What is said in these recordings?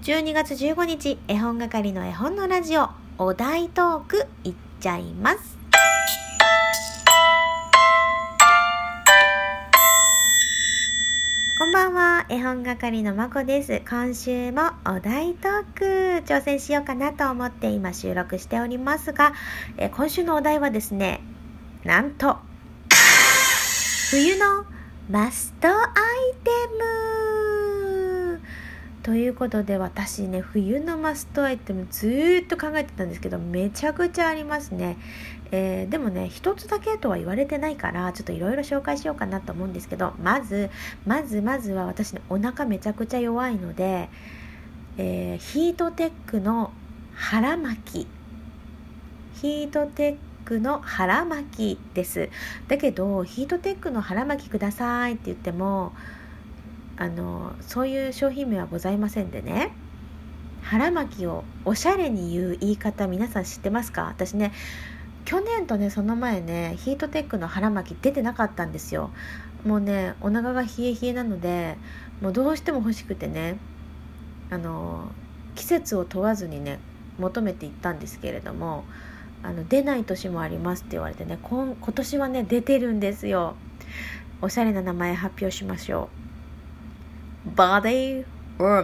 12月15日、絵本係の絵本のラジオ、お題トークいっちゃいます。こんばんは、絵本係のまこです。今週もお題トーク挑戦しようかなと思って今収録しておりますが、今週のお題はですね、なんと冬のマストアイテムということで、私ね、冬のマストアイテムずーっと考えてたんですけど、めちゃくちゃありますね。でもね、一つだけとは言われてないから、ちょっといろいろ紹介しようかなと思うんですけど、まずは私ね、お腹めちゃくちゃ弱いので、ヒートテックの腹巻きです。だけどヒートテックの腹巻きくださいって言ってもそういう商品名はございませんでね、腹巻きをおしゃれに言う言い方、皆さん知ってますか？私ね、去年とねその前ね、ヒートテックの腹巻き出てなかったんですよ。もうね、お腹が冷え冷えなので、もうどうしても欲しくてね、季節を問わずにね求めていったんですけれども、出ない年もありますって言われてね、今年はね出てるんですよ。おしゃれな名前発表しましょう。ボディウォ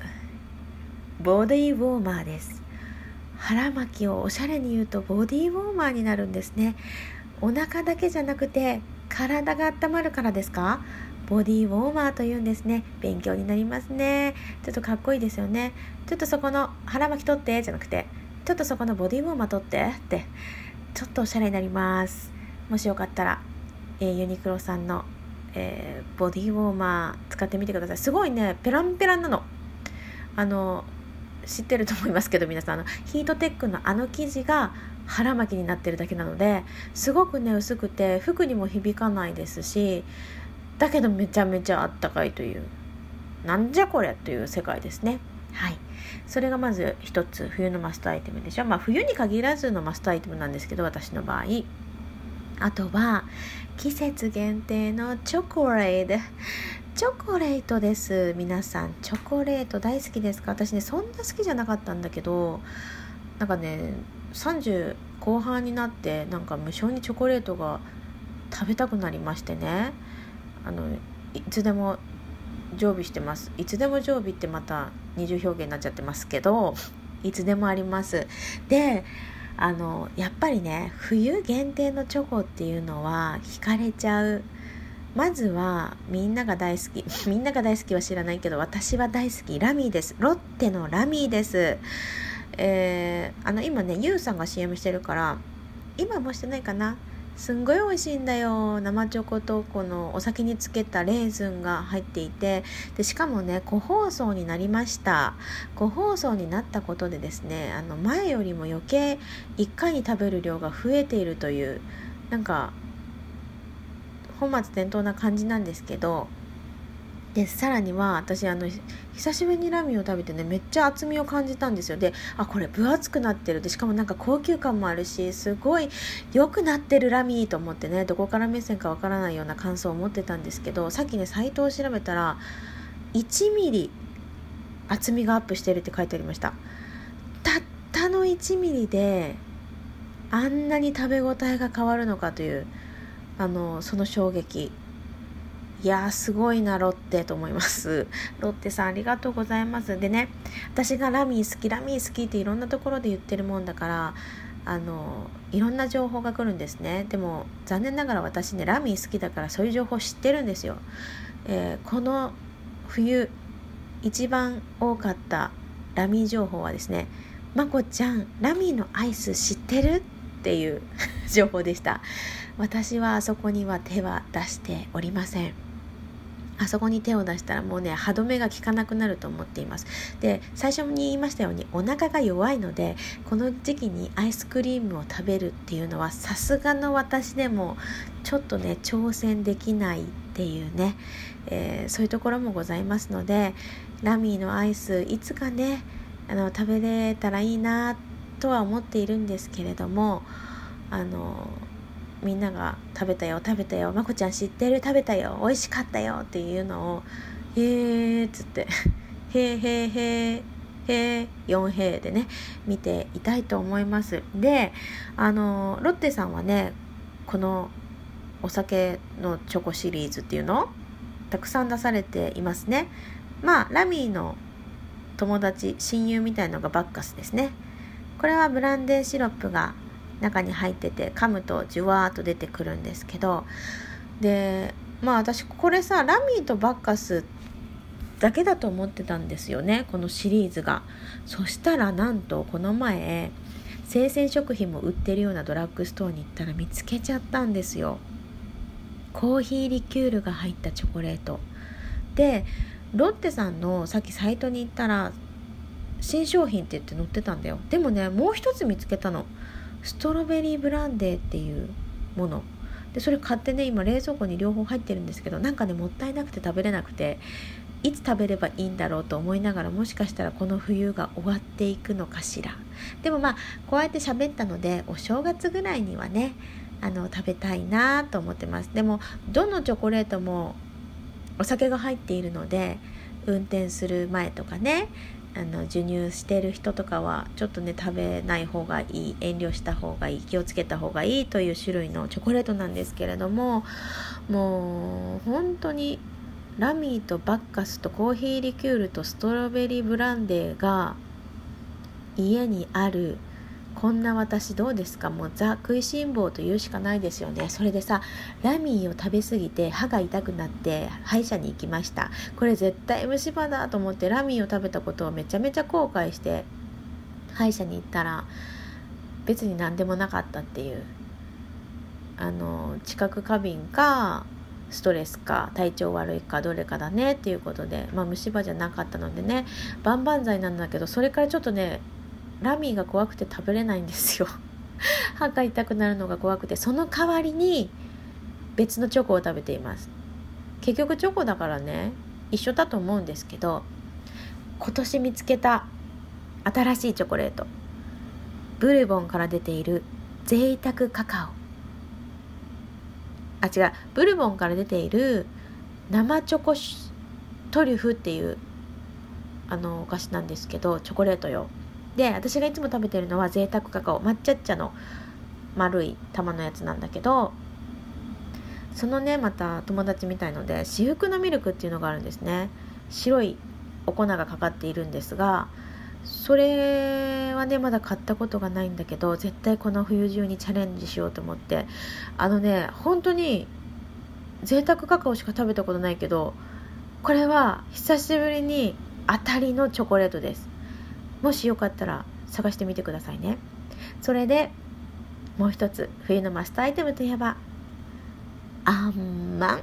ーマーです。腹巻きをおしゃれに言うとボディウォーマーになるんですね。お腹だけじゃなくて体が温まるからですか？ボディウォーマーというんですね。勉強になりますね。ちょっとかっこいいですよね。ちょっとそこの腹巻き取ってじゃなくて、ちょっとそこのボディウォーマー取ってって、ちょっとおしゃれになります。もしよかったら、ユニクロさんの、ボディウォーマー使ってみてください。すごいね、ペランペランなの。知ってると思いますけど、皆さんヒートテックの生地が腹巻きになってるだけなので、すごくね薄くて服にも響かないですし、だけどめちゃめちゃあったかいという、なんじゃこりゃという世界ですね。はい、それがまず一つ、冬のマストアイテムでしょ。冬に限らずのマストアイテムなんですけど、私の場合。あとは季節限定のチョコレートです。皆さんチョコレート大好きですか？私ね、そんな好きじゃなかったんだけど、なんかね、30後半になってなんか無性にチョコレートが食べたくなりましてね、いつでも常備してます。いつでも常備ってまた二重表現になっちゃってますけど、いつでもあります。で、やっぱりね、冬限定のチョコっていうのは惹かれちゃう。まずはみんなが大好きは知らないけど、私は大好き、ラミーです。ロッテのラミーです。今ね、ユウさんが CM してるから、今もしてないかな。すんごい美味しいんだよ。生チョコとこのお酒につけたレーズンが入っていて、でしかもね、個包装になりました。個包装になったことでですね、前よりも余計1回に食べる量が増えているという、なんか本末転倒な感じなんですけど、でさらには私久しぶりにラミを食べてね、めっちゃ厚みを感じたんですよ。で、これ分厚くなってる。でしかもなんか高級感もあるし、すごい良くなってるラミと思ってね、どこから目線かわからないような感想を持ってたんですけど、さっきねサイトを調べたら1ミリ厚みがアップしてるって書いてありました。たったの1ミリであんなに食べ応えが変わるのかという、その衝撃。いやー、すごいなロッテと思います。ロッテさんありがとうございます。でね、私がラミー好きっていろんなところで言ってるもんだから、いろんな情報が来るんですね。でも残念ながら私ね、ラミー好きだからそういう情報知ってるんですよ。この冬一番多かったラミー情報はですね、まこちゃんラミーのアイス知ってるっていう情報でした。私はあそこには手は出しておりません。あそこに手を出したらもうね、歯止めが効かなくなると思っています。で、最初に言いましたようにお腹が弱いので、この時期にアイスクリームを食べるっていうのはさすがの私でもちょっとね挑戦できないっていうね、そういうところもございますので、ラミーのアイスいつかね食べれたらいいなとは思っているんですけれども、みんなが食べたよまこちゃん知ってる、食べたよ美味しかったよっていうのをっつってへー平4平でね見ていたいと思います。でロッテさんはねこのお酒のチョコシリーズっていうのをたくさん出されていますね。ラミーの友達親友みたいのがバッカスですね。これはブランデーシロップが中に入ってて噛むとジュワーっと出てくるんですけど、で私これさラミーとバッカスだけだと思ってたんですよね、このシリーズが。そしたらなんとこの前生鮮食品も売ってるようなドラッグストアに行ったら見つけちゃったんですよ。コーヒーリキュールが入ったチョコレートで、ロッテさんのさっきサイトに行ったら新商品って言って載ってたんだよ。でもねもう一つ見つけたの、ストロベリーブランデーっていうもので、それ買ってね今冷蔵庫に両方入ってるんですけど、なんかねもったいなくて食べれなくて、いつ食べればいいんだろうと思いながら、もしかしたらこの冬が終わっていくのかしら。でもこうやって喋ったのでお正月ぐらいにはね食べたいなと思ってます。でもどのチョコレートもお酒が入っているので、運転する前とかね授乳してる人とかはちょっとね食べない方がいい、遠慮した方がいい、気をつけた方がいいという種類のチョコレートなんですけれども、もう本当にラミーとバッカスとコーヒーリキュールとストロベリーブランデーが家にあるこんな私どうですか。もうザ食いしん坊と言うしかないですよね。それでさラミーを食べ過ぎて歯が痛くなって歯医者に行きました。これ絶対虫歯だと思ってラミーを食べたことをめちゃめちゃ後悔して歯医者に行ったら別に何でもなかったっていう、知覚過敏かストレスか体調悪いかどれかだねっていうことで、虫歯じゃなかったのでね万々歳なんだけど、それからちょっとねラミーが怖くて食べれないんですよ歯が痛くなるのが怖くて、その代わりに別のチョコを食べています。結局チョコだからね一緒だと思うんですけど、今年見つけた新しいチョコレート、ブルボンから出ている贅沢カカオ、ブルボンから出ている生チョコトリュフっていうお菓子なんですけど、チョコレートよ。で私がいつも食べてるのは贅沢カカオ、抹茶茶の丸い玉のやつなんだけど、そのねまた友達みたいので至福のミルクっていうのがあるんですね。白いお粉がかかっているんですが、それはねまだ買ったことがないんだけど、絶対この冬中にチャレンジしようと思って、本当に贅沢カカオしか食べたことないけど、これは久しぶりに当たりのチョコレートです。もしよかったら探してみてくださいね。それでもう一つ冬のマストアイテムといえばあんま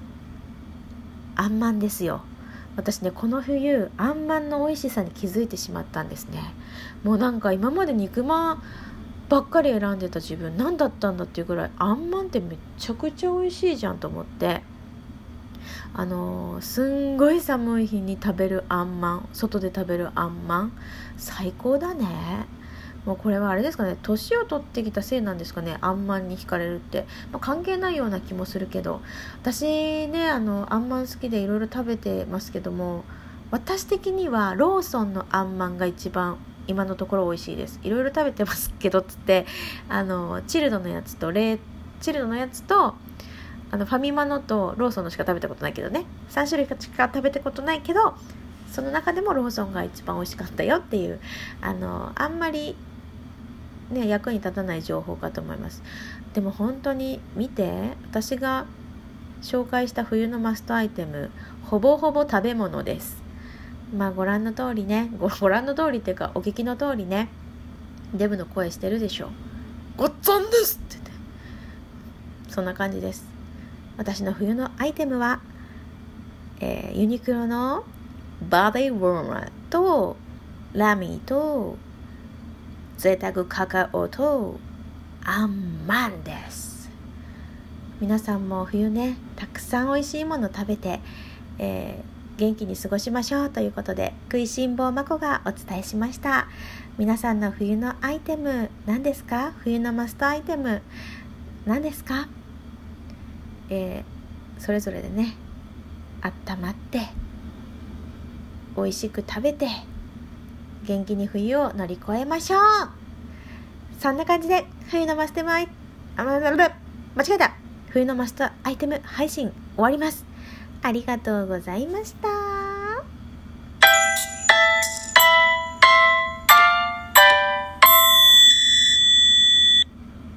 んですよ。私ねこの冬あんまんの美味しさに気づいてしまったんですね。もうなんか今まで肉まんばっかり選んでた自分何だったんだっていうぐらい、あんまんってめちゃくちゃ美味しいじゃんと思って、すんごい寒い日に食べるあんまん、外で食べるあんまん最高だね。もうこれはあれですかね、年を取ってきたせいなんですかね、あんまんに惹かれるって、関係ないような気もするけど、私ねあんまん好きでいろいろ食べてますけども、私的にはローソンのあんまんが一番今のところ美味しいです。いろいろ食べてますけどつってチルドのやつとファミマのとローソンのしか食べたことないけどね、3種類しか食べたことないけど、その中でもローソンが一番美味しかったよっていうあんまりね役に立たない情報かと思います。でも本当に見て、私が紹介した冬のマストアイテムほぼほぼ食べ物です。ご覧の通りね、ご覧の通りっていうかお聞きの通りね、デブの声してるでしょ。ごっつぁんですって言って、そんな感じです。私の冬のアイテムは、ユニクロのバディウォーマーとラミーと贅沢カカオとあんまんです。皆さんも冬ねたくさん美味しいもの食べて、元気に過ごしましょうということで、食いしん坊まこがお伝えしました。皆さんの冬のアイテム何ですか？冬のマストアイテム何ですか？それぞれでね温まって美味しく食べて元気に冬を乗り越えましょう。そんな感じで冬のマスト間違えた冬のマストアイテム配信終わります。ありがとうございました。